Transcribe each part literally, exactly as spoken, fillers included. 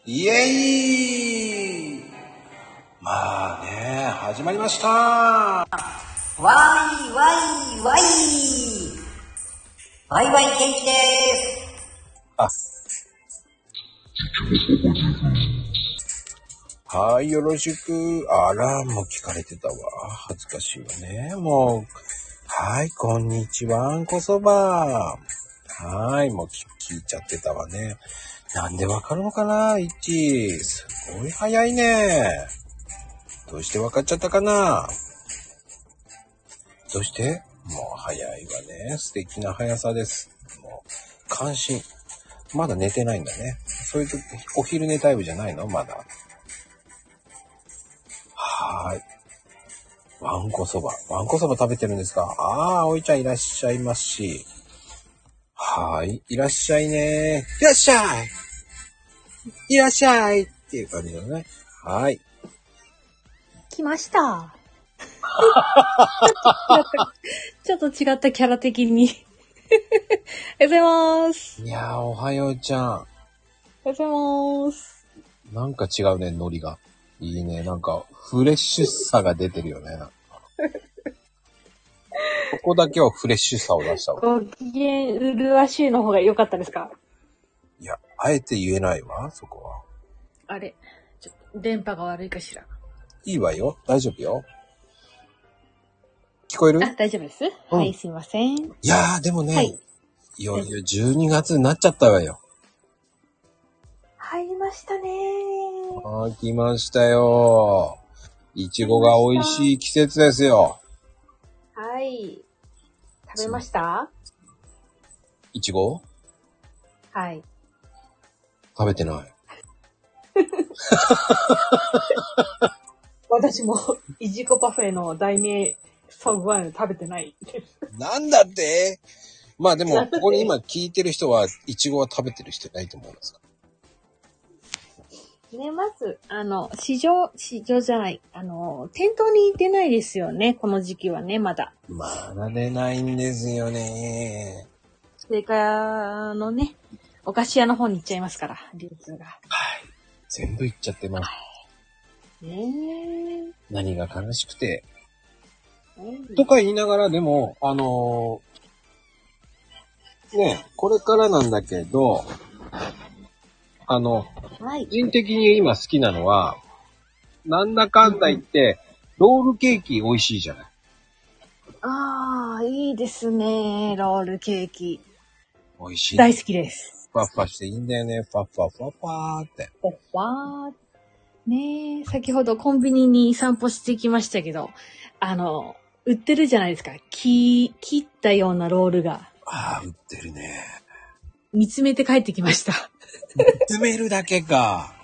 イエイ。まあね、始まりました。わいわいわいわいわい元気でーす。あ、はい、よろしく。あら、もう聞かれてたわ。恥ずかしいわね。もう、はい、こんにちは、あんこそば。はい、もう聞いちゃってたわね。なんでわかるのかな、いち。すごい早いね。どうしてわかっちゃったかな。どうして？もう早いわね。素敵な速さです。もう、関心。まだ寝てないんだね。そういう時、お昼寝タイムじゃないの？まだ。はーい。わんこそば。わんこそば食べてるんですか？ああ、おいちゃんいらっしゃいますし。はーい。いらっしゃいね。いらっしゃい。いらっしゃいっていう感じだね。はーい。 来ました。ちょっと違ったキャラ的に。おはようございます。 いやー、おはようちゃん。 おはようございます。 なんか違うね、ノリが。いいね。なんか、フレッシュさが出てるよね。ここだけはフレッシュさを出したわ。 ご機嫌うるわしいの方が良かったですか？ いや、あえて言えないわ、そこは。 あれ、ちょっと電波が悪いかしら。 いいわよ。大丈夫よ。聞こえる？ あ、大丈夫です。 うん、 はい、すいません。 いやー、でもね、はい、いよいよじゅうにがつになっちゃったわよ。 入りましたねー。あー、来ましたよ。いちごが美味しい季節ですよ。 はい。食べました？ いちご？ はい。 食べてない。 私もいちごパフェの題名そぐわいの食べてないです。 なんだって？まあでもここに今聞いてる人はいちごは食べてる人いないと思いますかね、まず、あの、市場、市場じゃない、あの、店頭に出ないですよね、この時期はね、まだ。 まだ出ないんですよね。 それからのね、お菓子屋の方に行っちゃいますから、流通が。 はい。全部行っちゃってます。 ねえ。 何が悲しくて。うん、とか言いながらでも、あのー、ね、これからなんだけど、あの、はい、個人的に今好きなのは、なんだかんだ言って、うん、ロールケーキ美味しいじゃない。 ああ、いいですね、ロールケーキ。 美味しい。 大好きです。 ふわふわしていいんだよね。ふわふわふわふわーって。 ふわふわー。ねえ、先ほどコンビニに散歩してきましたけど、あの、売ってるじゃないですか。切、切ったようなロールが。 ああ、売ってるね。 見つめて帰ってきました。 見つめるだけか。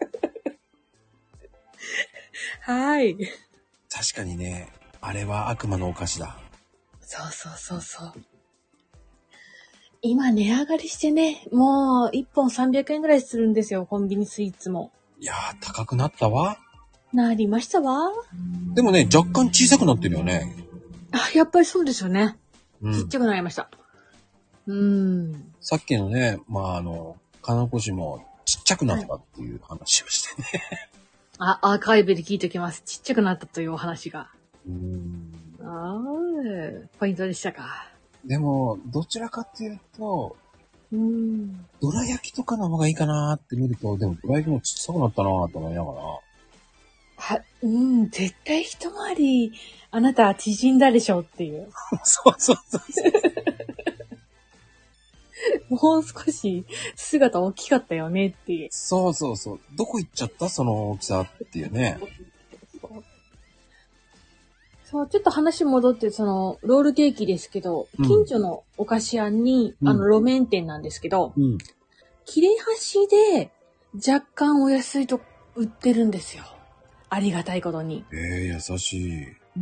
はい。 確かにね、あれは悪魔のお菓子だ。 そうそうそうそう。今値上がりしてね、もういっぽんさんびゃくえんぐらいするんですよ、コンビニスイーツも。 いやー、高くなったわ。 なりましたわ。 でもね、若干小さくなってるよね。 あ、やっぱりそうですよね。 うん、 ちっちゃくなりました。うーん。 さっきのね、まああの、金子もちっちゃくなったっていう話をしてね。 はい、あ、アーカイブで聞いておきます。ちっちゃくなったというお話が。 うーん。 あー、ポイントでしたか。 でも、どちらかっていうと、 うーん。 どら焼きとかの方がいいかなーって見ると、でもどら焼きもちっちゃくなったなーと思いながら。 は、うん、絶対一回り、あなた縮んだでしょっていう。 そうそうそうそう。 もう少し姿大きかったよねっていう。 そうそうそう。どこ行っちゃったその大きさっていうね。 そう、ちょっと話戻って、その、ロールケーキですけど、うん、近所のお菓子屋に、うん、あの、路面店なんですけど、うん、切れ端で若干お安いと売ってるんですよ。ありがたいことに。 ええー、優しい。 うん。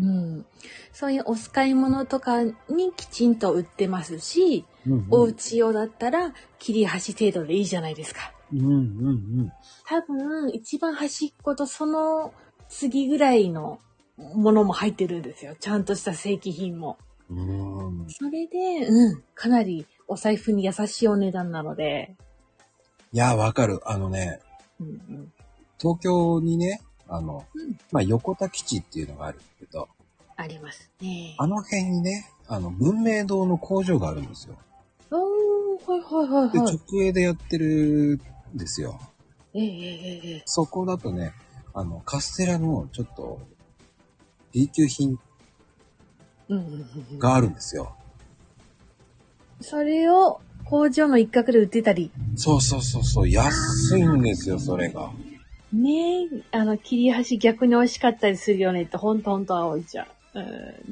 そういうお使い物とかにきちんと売ってますし、うんうん、お家用だったら切り端程度でいいじゃないですか。 うんうんうん。 多分、一番端っことその次ぐらいのものも入ってるんですよ。ちゃんとした正規品も。 うん。 それで、うん、かなりお財布に優しいお値段なので。 いや、わかる。あのね、 うんうん、 東京にね、あの、 うん、 まあ、横田基地っていうのがあるんだけど、 ありますね。 あの辺にね、あの、文明堂の工場があるんですよ。 おー、はいはいはいで、 はい。 直営でやってるんですよ。 ええええええ。 そこだとね、あの、カステラのちょっと B 級品うんうんうんうん。 があるんですよ。 それを工場の一角で売ってたり。 そうそうそうそう、安いんですよ、それが。 ねえ、あの、切り端逆に美味しかったりするよねって、ほんとほんと葵ちゃん。うん、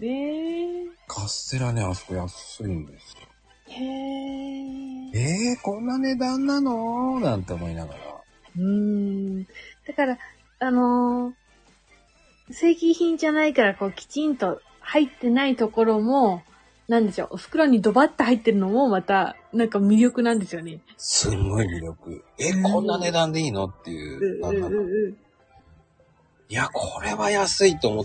ねえ。 カステラね、あそこ安いんですよ。 へえ。 えー、こんな値段なのなんて思いながら。 うーん。だから、あのー正規品じゃないから、こう、きちんと入ってないところも、なんでしょう、袋にドバッと入ってるのもまた、なんか魅力なんですよね。 すんごい魅力。え、 うんこんな値段でいいのっていう。 うんうんうん。 いや、これは安いと思って、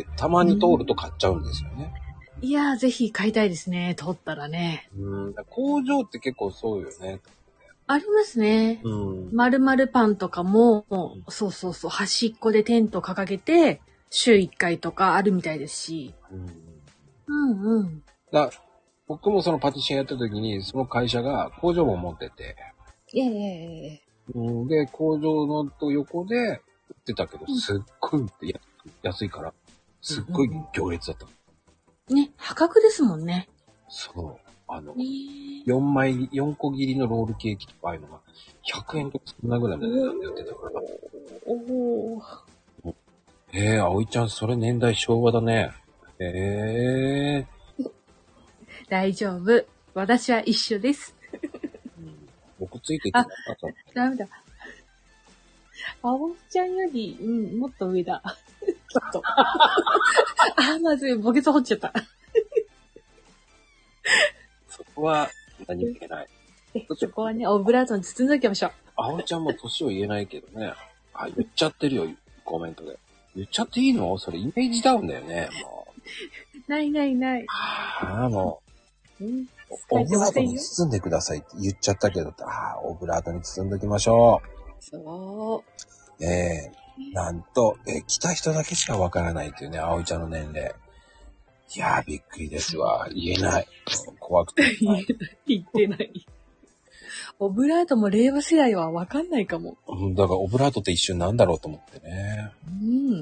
たまに通ると買っちゃうんですよね。 いやー、ぜひ買いたいですね。通ったらね。 うん、工場って結構そうよね。 ありますね。 うん。 〇〇パンとかも、そうそうそう、端っこでテント掲げて、週いっかいとかあるみたいですし。 うん、 うんうん。 だ僕もそのパティシエやった時に、その会社が工場も持ってて、 いやいやいやいや。 うん、で、工場のと横で売ってたけど、すっごい売ってや安いから、すっごい行列だった。 ね、破格ですもんね。 そう。あの、 ねよんまい、よんこ切りのロールケーキとかああいうのが、ひゃくえんとかそんなぐらいの値段で売ってたから。 おー。 ええー、葵ちゃん、それ年代昭和だね。ええー。 大丈夫。私は一緒です。 うん、僕ついていってなかった。 ダメだ。あおちゃんより、うん、もっと上だ。きっと。あ、まずい、ボケツ掘っちゃった。 そこは何も言えない。 そこはね、オブラートに包んでおきましょう。 葵ちゃんも年を言えないけどね。あ、言っちゃってるよ、コメントで。言っちゃっていいの？それイメージダウンだよね、もう。ないないない。 ああ、もう。 うん、 オブラートに包んでくださいって言っちゃったけど、ああ、オブラートに包んでおきましょう。そう。 ええー、なんと、えー、来た人だけしかわからないっていうね、葵ちゃんの年齢。いやー、びっくりですわ。言えない。怖くて。 言えない。言ってない。オブラートも令和世代はわかんないかも。 うん、だからオブラートって一瞬なんだろうと思ってね。 うん、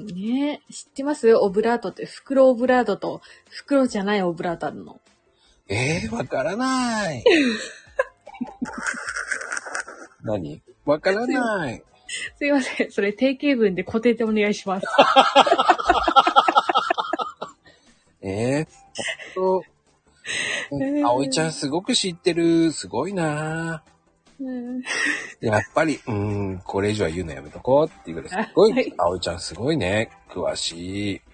ね知ってますオブラートって、袋オブラートと、袋じゃないオブラートあるの。 ええー、わからない。何？わからない。 すいません。それ定型文で固定でお願いします。 ええー、ほんと。葵ちゃんすごく知ってる。すごいなぁ、うん。やっぱり、うーん、これ以上は言うのやめとこうっていうぐらいすごい。はい、葵ちゃんすごいね。詳しい。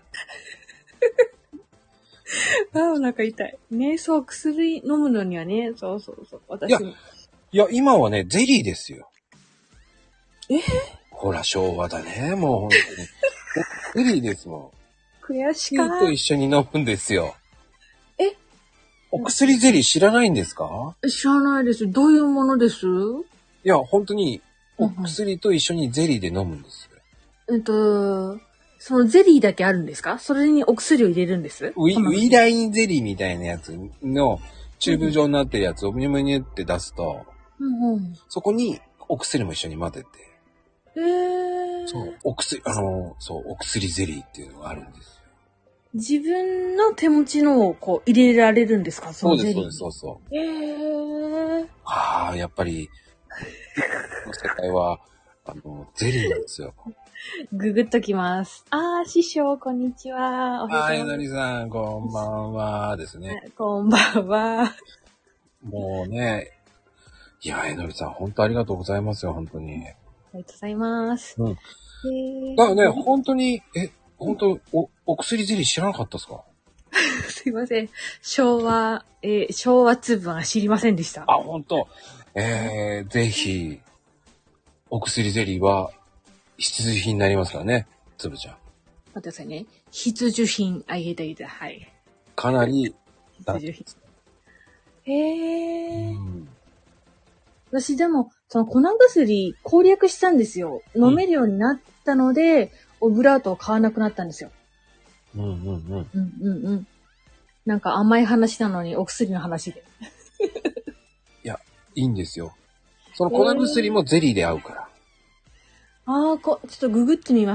ああ、お腹痛い。ね、そう、薬飲むのにはね、そうそうそう。私も。 いや、いや、今はね、ゼリーですよ。 えほら、昭和だね。もう本当に。ゼリーですもん。悔しかった。 と一緒に飲むんですよ。 えお薬ゼリー知らないんですか？ 知らないです。どういうものです？ いや、本当に、お薬と一緒にゼリーで飲むんですよ。 うん、えっと、そのゼリーだけあるんですか？それにお薬を入れるんです？ ウィ、ウィダインゼリーみたいなやつのチューブ状になってるやつをムニュムニュって出すと、 うんうん、 そこにお薬も一緒に混ぜて。 へー。 そう、お薬、あの、そう、お薬ゼリーっていうのがあるんですよ。 自分の手持ちのをこう入れられるんですか？ そうです、そうです、そうそう。 へー。 ああ、やっぱり、の世界は、あの、ゼリーなんですよ。 ググっときます。あー、師匠、こんにちは。 はい、のりさん、こんばんはですね。 こんばんは。 もうね、いや、えのりさん、本当ありがとうございますよ、本当に。 ありがとうございます。 うん。 へー。 だからね、本当に、え、本当お、お薬ゼリー知らなかったですか？ すいません。昭和、えー、昭和つぶは知りませんでした。 あ、本当。えー、ぜひ、お薬ゼリーは必需品になりますからね、つぶちゃん。 待ってくださいね。必需品あげていた。はい。 かなり、 必需品。へー。 うん、 私でも、その粉薬攻略したんですよ。飲めるようになったので、うん、オブラートを買わなくなったんですよ。 うんうんうん。うんうんうん。なんか甘い話なのにお薬の話で。 いや、いいんですよ。その粉薬もゼリーで合うから。 えー、ああ、こ、ちょっとググってみます。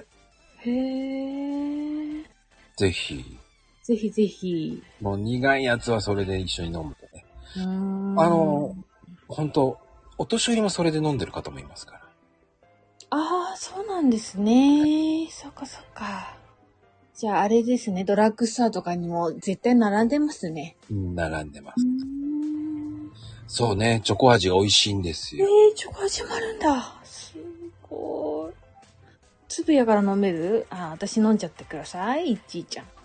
へえ。 ぜひ。 ぜひぜひ。 もう苦いやつはそれで一緒に飲むとね。 うーんあの、本当お年寄りもそれで飲んでる方もいますから。 ああ、そうなんですね。そっかそっか。じゃああれですね、ドラッグストアとかにも絶対並んでますね。 うん、並んでます。そうね、チョコ味が美味しいんですよ。 えー、チョコ味もあるんだ。すごい。粒やから飲める？あ、私飲んじゃってください、いちいちゃん。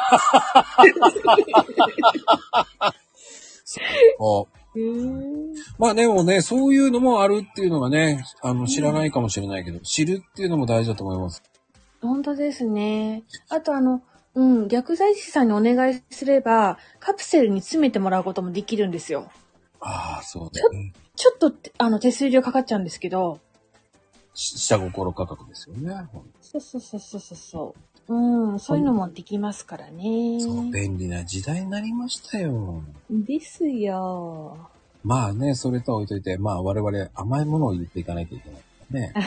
そう。まあでもね、そういうのもあるっていうのがね、あの、知らないかもしれないけど、うん、知るっていうのも大事だと思います。 本当ですね。あとあの、うん、薬剤師さんにお願いすれば、カプセルに詰めてもらうこともできるんですよ。 ああ、そうだね。 ちょ、ちょっと、あの、手数料かかっちゃうんですけど。 下心価格ですよね。 そうそうそうそうそう。うん、そういうのもできますからね。 そう、便利な時代になりましたよ。 ですよ。 まあね、それとは置いといて、まあ我々甘いものを言っていかなきゃいけないからね。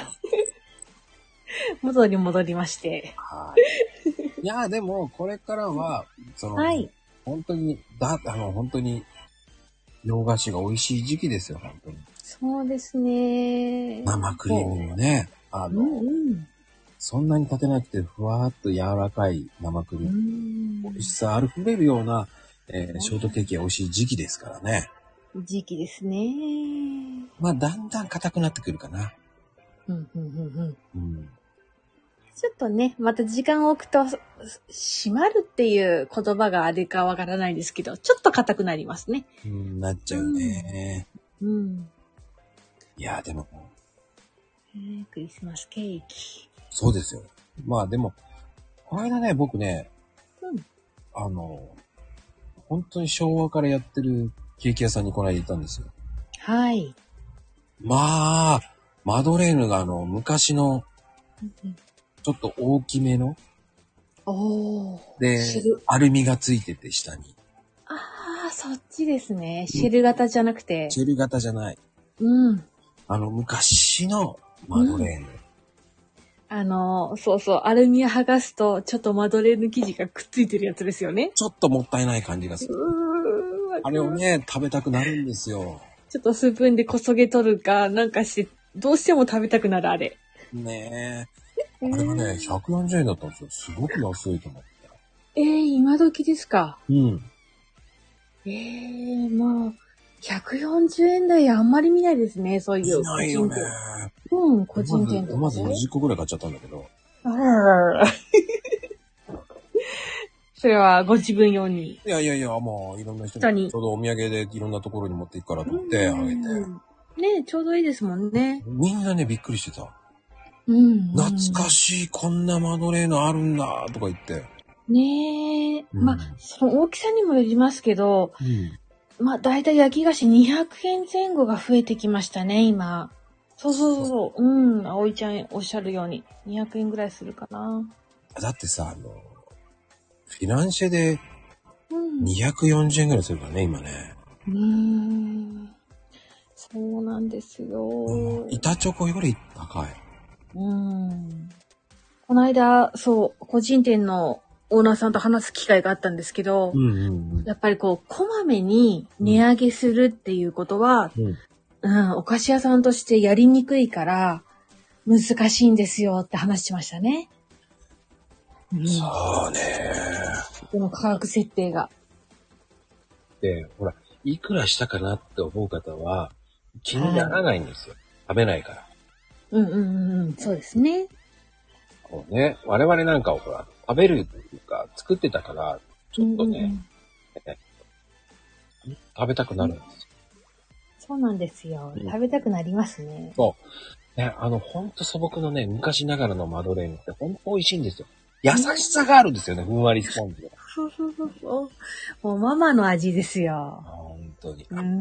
元に戻りまして。 はい。いや、でも、これからは、その、 はい。 本当に、だ、あの、本当に、洋菓子が美味しい時期ですよ、本当に。 そうですね。 生クリームもね、あの、うんうん、そんなに立てなくて、ふわーっと柔らかい生クリーム、美味しさあふれるような、えー、ショートケーキが美味しい時期ですからね。 時期ですね。 まあ、だんだん硬くなってくるかな。 うんうんうんうん。 うんちょっとね、また時間を置くと、閉まるっていう言葉があれかわからないですけど、ちょっと硬くなりますね。 うん、なっちゃうね。 うん。うん、 いや、でも、 えー、クリスマスケーキ。 そうですよ。まあでも、この間ね、僕ね、 うん、 あの、本当に昭和からやってるケーキ屋さんにこの間行ったんですよ。 はい。 まあ、マドレーヌがあの、昔の、ちょっと大きめの。 おー。 で、アルミがついてて下に。 ああ、そっちですね。シェル型じゃなくて。 シェル型じゃない。 うん。 あの、昔のマドレーヌ。うん、 あの、そうそう、アルミを剥がすと、ちょっとマドレーヌ生地がくっついてるやつですよね。 ちょっともったいない感じがする。うーあれをね、食べたくなるんですよ。 ちょっとスプーンでこそげ取るか、なんかして、どうしても食べたくなるあれ。 ねえ。あれがね、ひゃくよんじゅうえんだったんですよ。すごく安いと思って。 えー、今時ですか？ うん。 えー、まあ、ひゃくよんじゅうえん台あんまり見ないですね、そういう。 見ないよね。 うん、個人店とか、ね。 まず、まずにじゅっこぐらい買っちゃったんだけど。 あららら。それはご自分用に。 いやいやいや、もういろんな人にちょうどお土産でいろんなところに持っていくからと思ってあげて。 ね、ちょうどいいですもんね。 みんなね、びっくりしてた。 うん。 懐かしい、こんなマドレーヌあるんだ、とか言って。 ねえ。 うん、 まあ、その大きさにもよりますけど、 うん、 まあ、だいたい焼き菓子にひゃくえん前後が増えてきましたね、今。そうそうそう。うん、葵ちゃんおっしゃるように、にひゃくえんぐらいするかな。 だってさ、あの、フィナンシェでにひゃくよんじゅうえんぐらいするからね、今ね。 うーん。そうなんですよ。 うん、板チョコより高い。 うん。この間、そう、個人店のオーナーさんと話す機会があったんですけど、 うんうんうん、 やっぱりこう、こまめに値上げするっていうことは、うんうん、お菓子屋さんとしてやりにくいから、難しいんですよって話しましたね。 うん、そうね。 この価格設定が。 で、ほら、いくらしたかなって思う方は、気にならないんですよ。はい、食べないから。 うんうんうん、そうですね。 こうね、我々なんかをほら、食べるというか、作ってたから、ちょっとね、うんうんうん、食べたくなるんですよ。 そうなんですよ。食べたくなりますね。 そう。ね、あの、ほんと素朴なね、昔ながらのマドレーヌってほんと美味しいんですよ。優しさがあるんですよね、ふんわりスポンジが。 そうそうそうそう。もうママの味ですよ。 ほん当に。 うん。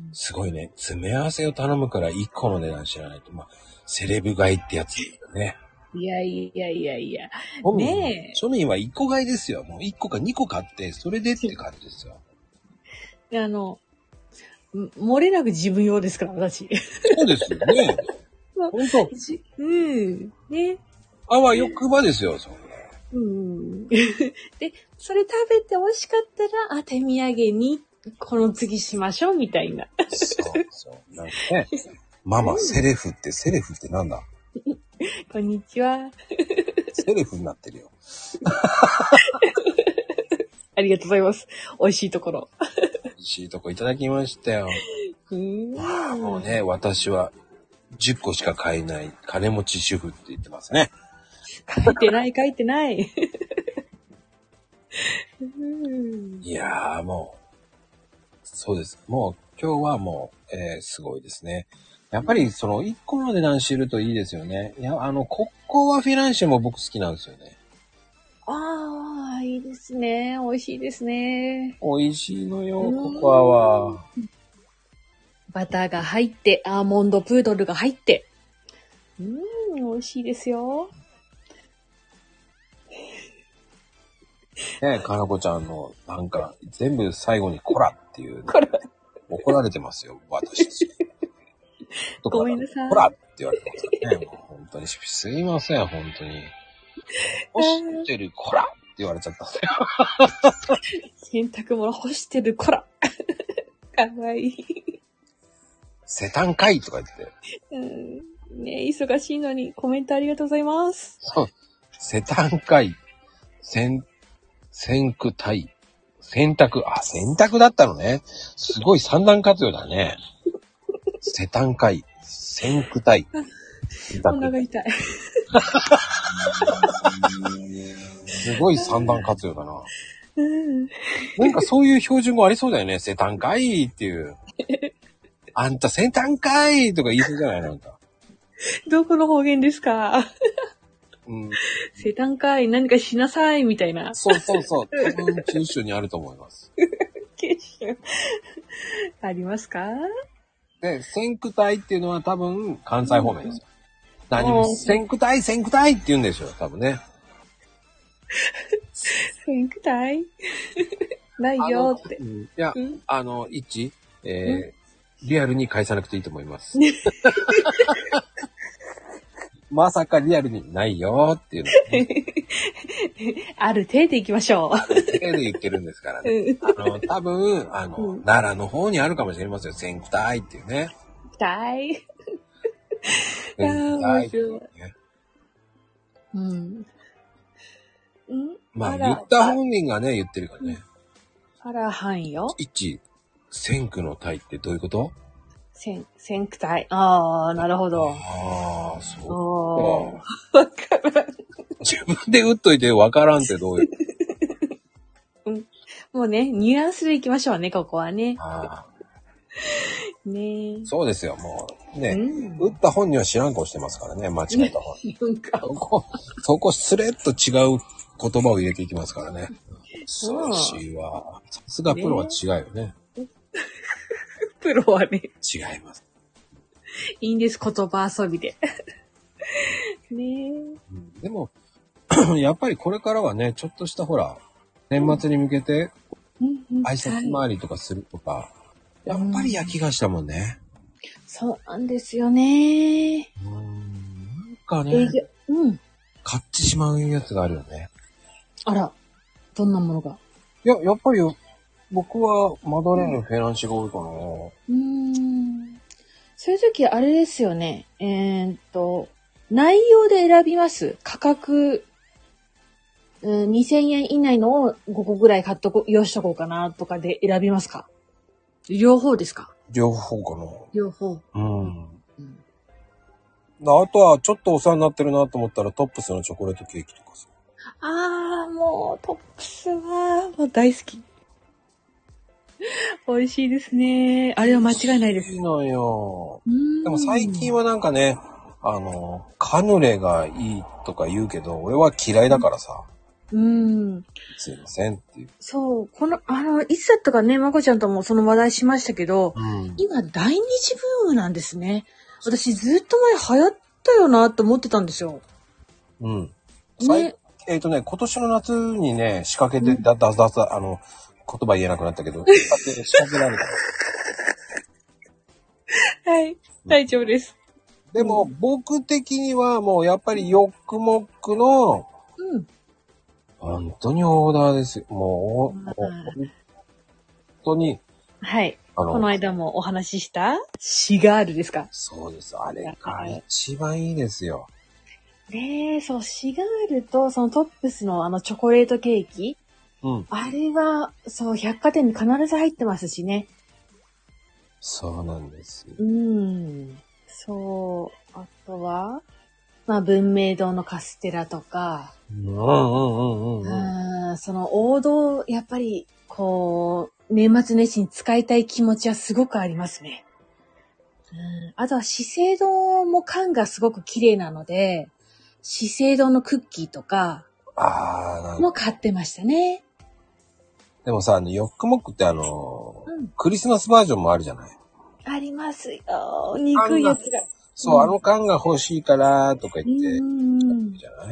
すごいね。詰め合わせを頼むからいっこの値段知らないと。まあ、セレブ買いってやつだよね。 いやいやいやいや。 庶民ねえ。 庶民はいっこ買いですよ。もういっこかにこ買って、それでって感じですよ。 あの、漏れなく自分用ですから、私。 そうですよね。本当。 うん。ね。 あわよくばですよ、そんな。 うん。で、それ食べて美味しかったら、あ、手土産に、この次しましょう、みたいな。 そうそう。なんかね。ママ、セレフって、セレフってなんだ？ こんにちは。 セレフになってるよ。 ありがとうございます。美味しいところ。 美味しいとこいただきましたよ。 うーん。 もうね、私はじゅっこしか買えない金持ち主婦って言ってますね。 書いてない、書いてない。うんいやーもう、そうです。もう今日はもう、えー、すごいですね。やっぱりそのいっこの値段知るといいですよね。いや、あの、コッコアフィナンシェも僕好きなんですよね。 ああ、いいですね。美味しいですね。 美味しいのよ、ココアは。 バターが入って、アーモンドプードルが入って。うーん、美味しいですよ。 ねえ、かなこちゃんの、なんか、全部最後にコラっていう、 これ、 怒られてますよ、私。 ごめんなさい。 コラって言われてますね。もう本当に、すいません、本当に。干してるコラって言われちゃったんだよ。 洗濯物干してるコラ。かわいい。 セタンかいとか言って。 うん。ね、忙しいのにコメントありがとうございます。 そう。セタンかい。洗、洗句体。洗濯。あ、洗濯だったのね。すごい三段活用だね。セタンかい。洗句体。 お腹痛い。 すごい三段活用だな。 うん。 なんかそういう標準語ありそうだよね。セタンかいっていう。あんたセタンかいとか言いそうじゃないなんか。 どこの方言ですか？ うん。 生誕会何かしなさいみたいな。 そうそうそう。多分九州にあると思います。 九州ありますか？ で、先駆隊っていうのは多分関西方面ですよ。何も先駆隊先駆隊って言うんですよ、多分ね。 先駆隊ないよって。 うん、いや、 うん、 あの、一、えー、リアルに返さなくていいと思います。まさかリアルにないよっていうの、ね。 ある程度行きましょう。 ある程度言ってるんですからね。あの、多分、あの、うん、奈良の方にあるかもしれませんよ。先駆隊っていうね。 隊先駆隊っていうね。 うん。うんまあ、言った本人がね、言ってるからね。 あらはんよ。 一、先駆の隊ってどういうこと？ 先、先駆隊。ああ、なるほど。 ああ、そうか。わからん。 自分で打っといてわからんってどういう。 うん。もうね、ニュアンスでいきましょうね、ここはね。 ああ。ねえ。 そうですよ、もう。ね、 うん、 打った本には知らん顔してますからね、間違えた本。なんかそこ、そこスレッと違う言葉を入れていきますからね。そうしは。さすがプロは違うよね。ねプロはね。 違います。 いいんです、言葉遊びで。ねえ、 うん。でも、やっぱりこれからはね、ちょっとしたほら、年末に向けて、挨拶回りとかするとか、やっぱり焼き菓子だもんね。 そうなんですよね。 うん。なんかね、うん。買ってしまうやつがあるよね。 あら、どんなものが？ いや、やっぱり僕はマドレーヌ、フェランシが多いかな。うーん。そういう時あれですよね。えー、っと、内容で選びます。価格、うん、にせんえん以内のをごこぐらい買っとこ、よしとこうかなとかで選びますか？両方ですか？ 両方かな。 両方。 うん。うん、あとはちょっとお世話になってるなと思ったらトップスのチョコレートケーキとかさ。 あー、もうトップスはもう大好き。美味しいですね。あれは間違いないです。 いいのよ。でも最近はなんかね、あの、カヌレがいいとか言うけど、俺は嫌いだからさ。 うん。 すいませんっていう。 そう、この、あの、いつだったかね、まこちゃんともその話題しましたけど、うん、今、大日ブームなんですね。私、ずっと前流行ったよなって思ってたんですよ。 うん。ね。えっ、ー、とね、今年の夏にね、仕掛けて、だ、だ、だ、だ、あの、言葉言えなくなったけど、仕掛け、仕掛けられた。 はい、大丈夫です。 でも、うん、僕的にはもうやっぱりヨックモックの、 うん。 本当にオーダーですよ。もう、もう本当に。 はい。この間もお話ししたシガールですか？ そうです。あれが一番いいですよ。 ねえ、そう、シガールとそのトップスのあのチョコレートケーキ。うん。あれは、そう、百貨店に必ず入ってますしね。 そうなんです。 うん。そう。あとは、まあ、文明堂のカステラとか。 うんうんうんうん、 うん。その王道、やっぱり、こう、年末年始に使いたい気持ちはすごくありますね。うん。あとは資生堂も缶がすごく綺麗なので、資生堂のクッキーとか、 ああ、 も買ってましたね。 でもさ、あの、ヨックモックってあの、うん、クリスマスバージョンもあるじゃない？ ありますよ。憎いやつが。 そう、うん、あの缶が欲しいからとか言って、うん、じゃない？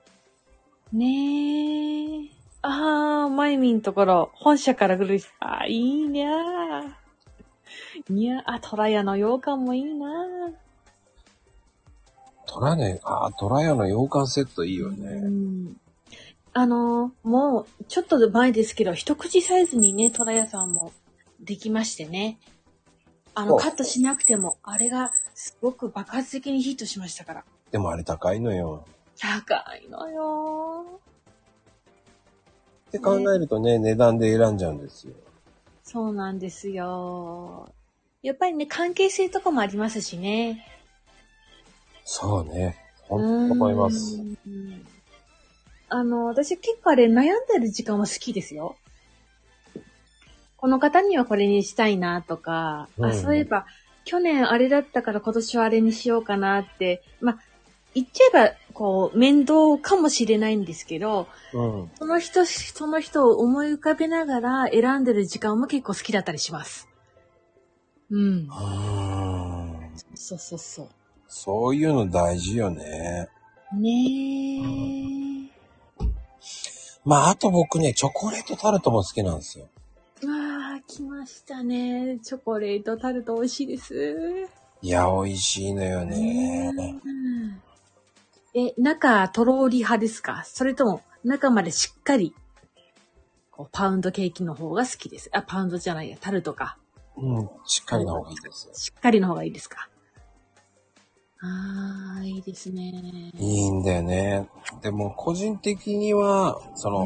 ねえ。ああ、マイミンところ、本社から来るし、ああ、いいにゃー。にゃー、あ、トラヤの羊羹もいいなー。 トラね、ああ、トラヤの羊羹セットいいよね。うん、 あのー、もう、ちょっと前ですけど、一口サイズにね、トラヤさんもできましてね。あの、カットしなくても、あれがすごく爆発的にヒットしましたから。 でもあれ高いのよ。 高いのよ。 って考えるとね、ね、値段で選んじゃうんですよ。 そうなんですよ。やっぱりね、関係性とかもありますしね。 そうね。本当思います。 あの、私結構あれ悩んでる時間は好きですよ。この方にはこれにしたいなとか、うん、あ、そういえば、去年あれだったから今年はあれにしようかなって、まあ、言っちゃえば、こう、面倒かもしれないんですけど、うん、その人、その人を思い浮かべながら選んでる時間も結構好きだったりします。うん。そうそうそう。 そういうの大事よね。 ねえ、 うん。まあ、あと僕ね、チョコレートタルトも好きなんですよ。 ああ、来ましたね。チョコレートタルト美味しいです。 いや、美味しいのよね。 え、中、とろーり派ですか？それとも、中までしっかり、こうパウンドケーキの方が好きです。あ、パウンドじゃないや、タルトか。 うん、しっかりの方がいいです。 しっかりの方がいいですか？ああ、いいですね。 いいんだよね。でも、個人的には、その、うん、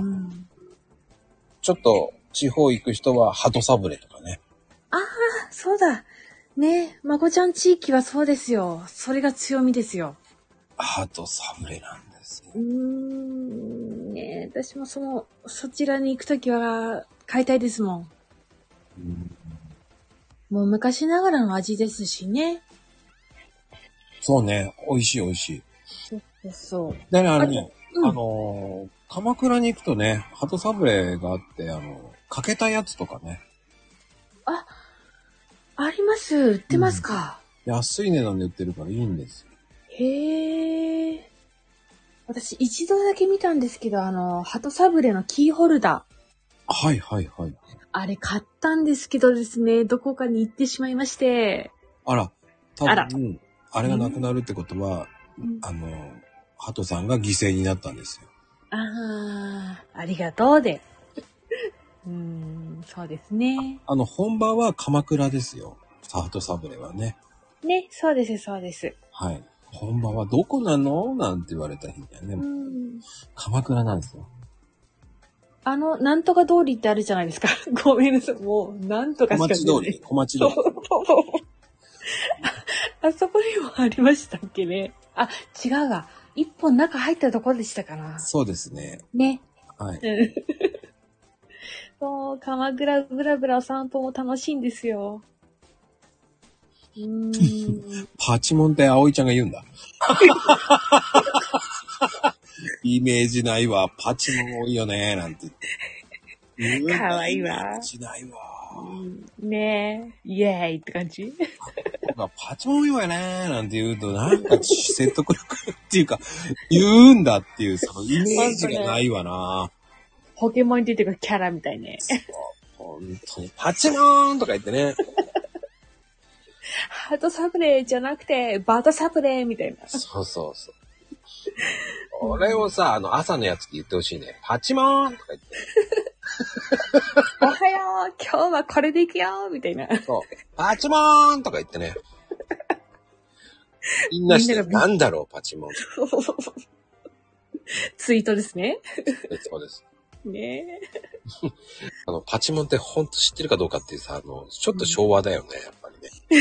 ちょっと、地方行く人は、鳩サブレとかね。 ああ、そうだ。ね、まこちゃん地域はそうですよ。それが強みですよ。 鳩サブレなんですよ。 うーん、ね、私もその、そちらに行くときは、買いたいですもん。うん、もう昔ながらの味ですしね。 そうね、美味しい美味しい。 そうそう。 でね、あのね、うん、あのー、鎌倉に行くとね、鳩サブレがあって、あの、かけたやつとかね。 あ、あります。売ってますか、 うん、安い値段で売ってるからいいんですよ。 へえ。私一度だけ見たんですけど、あの、鳩サブレのキーホルダー。はいはいはい。 あれ買ったんですけどですね、どこかに行ってしまいまして。 あら、多分、あら、あれがなくなるってことは、うん、あの、鳩さんが犠牲になったんですよ。 ああ、ありがとうで。うーん、そうですね。 あの、本場は鎌倉ですよ。鳩サブレはね。 ね、そうです、そうです。 はい。本場はどこなのなんて言われた日にはね、うん、鎌倉なんですよ。 あの、なんとか通りってあるじゃないですか。ごめんなさい。もう、なんとかしか小町通り、小町通り。 あそこにもありましたっけね。あ、違うわ。一本中入ったところでしたかな。 そうですね。 ね。 はい。 そう、鎌倉ブラブラ散歩も楽しいんですよ。うーんパチモンって葵ちゃんが言うんだ。 イメージないわ。パチモン多いよね。なんて言って。 かわいいわ。 イメージないわ。 ねえ。イエーイって感じ。 パチモン多いわね。なんて言うと、なんか説得力っていうか、言うんだっていう、そのイメージがないわな。 ポケモンに出てくるキャラみたいね。 本当に。パチモーンとか言ってね。 ハートサプレーじゃなくて、バートサプレーみたいな。 そうそうそう。俺をさ、あの、朝のやつって言ってほしいね。パチモーンとか言って。 おはよう今日はこれでいくよみたいな。 そう。パチモーンとか言ってね。みんなして、なんだろう、パチモン。 ツイートですね。 そうです。 ねえ。あの、パチモンってほんと知ってるかどうかっていうさ、あの、ちょっと昭和だよね、やっぱりね。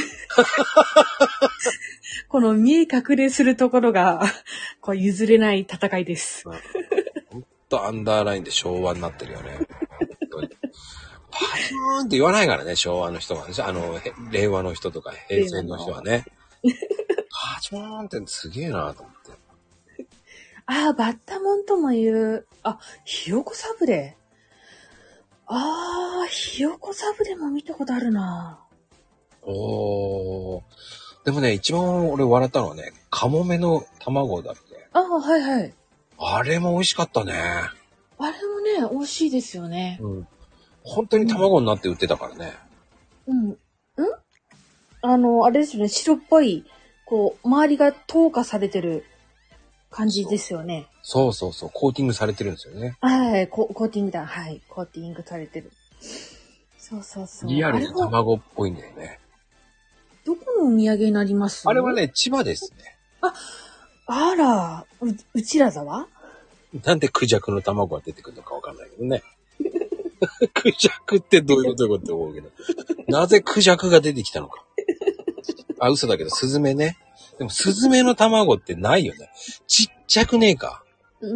この見え隠れするところが、こう譲れない戦いです。 ほんとアンダーラインで昭和になってるよね。パチモーンって言わないからね、昭和の人がね。あの、令和の人とか平成の人はね。パチモーンってすげえなと思って。 ああ、バッタモンとも言う。あ、ひよこサブレ。ああ、ひよこサブレも見たことあるな。 おー。でもね、一番俺笑ったのはね、カモメの卵だって。 ああ、はいはい。 あれも美味しかったね。 あれもね、美味しいですよね。 うん。本当に卵になって売ってたからね。 うん。うん、あの、あれですよね、白っぽい、こう、周りが透過されてる感じですよね。 そうそうそう、コーティングされてるんですよね。 はい、コ、コーティングだ。はい、コーティングされてる。そうそうそう。 リアルに卵っぽいんだよね。 どこのお土産になります？ あれはね、千葉ですね。 あ、あら、う、うちらざわ？ なんでクジャクの卵が出てくるのかわかんないけどね。クジャクってどういうことって思うけど。なぜクジャクが出てきたのか。あ、嘘だけど、スズメね。でも、スズメの卵ってないよね。ちっちゃくねえか。 うん、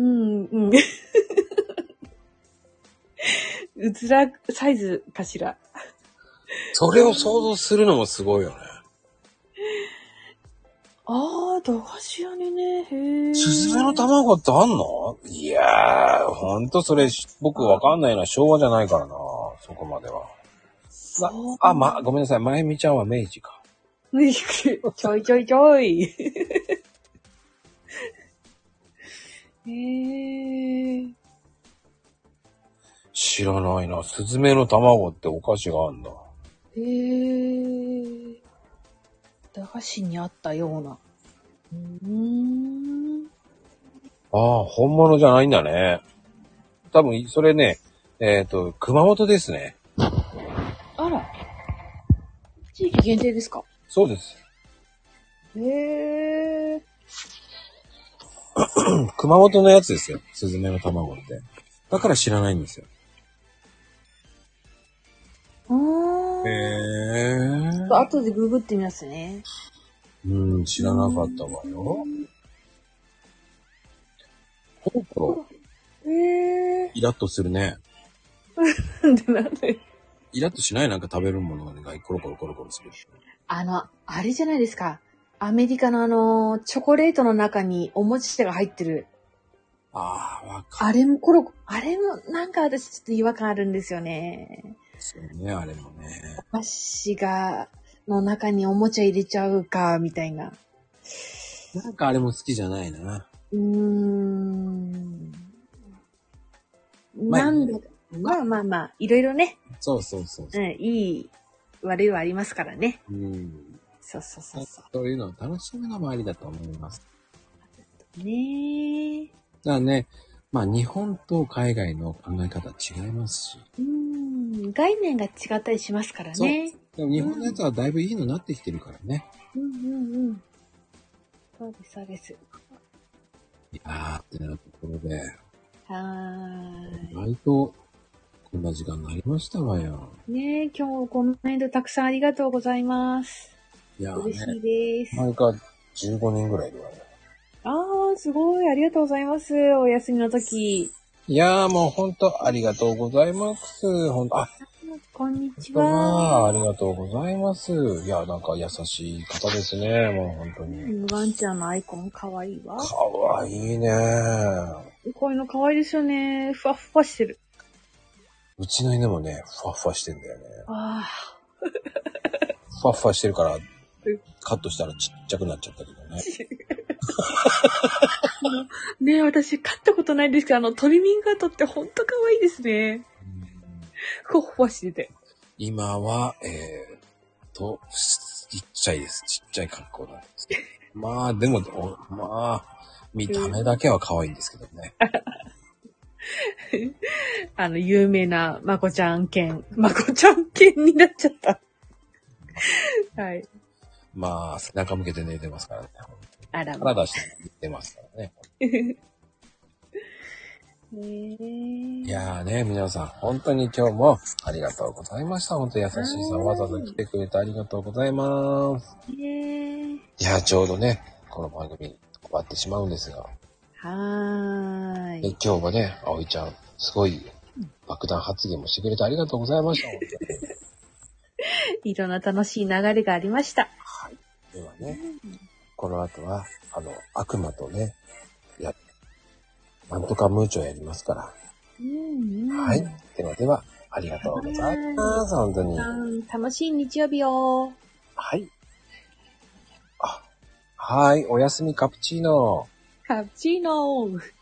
うん。うずらサイズかしら。 それを想像するのもすごいよね。 ああ、駄菓子屋にね、へえ。 スズメの卵ってあんの？いやー、ほんとそれ、僕わかんないな。昭和じゃないからな。そこまでは。あ、ま、ごめんなさい。まゆみちゃんは明治か。 ちょいちょいちょい。へー。 知らないな。スズメの卵ってお菓子があるんだ。 へー。駄菓子にあったような。うーん。 ああ、本物じゃないんだね。多分、それね、えっと、熊本ですね。 あら。地域限定ですか？ そうです。 へー。 熊本のやつですよ。スズメの卵って。だから知らないんですよ。 あー。 へー。 ちょっと後でググってみますね。 うん、知らなかったわよ。コロコロ。 へー。 イラッとするね。 なんでなんでイラッとしない？なんか食べるものがコロコロコロコロする。 あの、あれじゃないですか。アメリカのあの、チョコレートの中におもちゃが入ってる。 ああ、わかる。あれもコロ、あれもなんか私ちょっと違和感あるんですよね。 そうね、あれもね。 お菓子が、の中におもちゃ入れちゃうか、みたいな。 なんかあれも好きじゃないな。 うーん。なんだ、まあまあまあ、いろいろね。 そうそうそうそう、 うん。いい、悪いはありますからね。 うん。 そうそうそうそう。 そういうのを楽しむのもありだと思います。 ねえ。 だからね、まあ日本と海外の考え方違いますし。 うん。概念が違ったりしますからね。 でも日本のやつはだいぶいいのになってきてるからね。 うんうんうん。そうです、そうです。 いやーってなところで。 はーい。 意外と、こんな時間になりましたわよ。 ねえ、今日コメントたくさんありがとうございます。 いやー、ね、 嬉しいです。 なんかじゅうごにんぐらいいるわね。 あー、すごい。ありがとうございます。お休みの時。 いやーもうほんとありがとうございます。ほんと、あ、 こんにちあは。 ありがとうございます。いや、なんか優しい方ですね。もう本当に。 ワンちゃんのアイコンかわいいわ。 かわいいね。 こういうのかわいいですよね。ふわっふわしてる。 うちの犬もね、ふわふわしてんだよね。 あふわふわしてるから、カットしたらちっちゃくなっちゃったけどね。 ねえ、私、飼ったことないんですけど、あの、トリミングカットってほんとかわいいですね。ふわふわしてて。 今は、えーっと、ちっちゃいです。ちっちゃい格好なんです。まあ、でも、まあ、見た目だけは可愛いんですけどね。 あの、有名なまこちゃん犬。まこちゃん犬になっちゃった。はい。 まあ、背中向けて寝てますからね。 あら、 体して寝てますからね。 ねえ。 いやーね、皆さん、本当に今日もありがとうございました。本当優しいさん、わざわざ来てくれてありがとうございます。 ねえ。 いやー、ちょうどね、この番組終わってしまうんですが。 はーい。 今日はね、葵ちゃん、すごい爆弾発言もしてくれてありがとうございました。本当にいろんな楽しい流れがありました。 はい。ではね、この後は、あの、悪魔とね、や、なんとかムーチョやりますから。 うんうん、 はい。ではでは、ありがとうございます。本当に。 楽しい日曜日を。 はい。あ、はい。おやすみカプチーノ。 カプチーノ。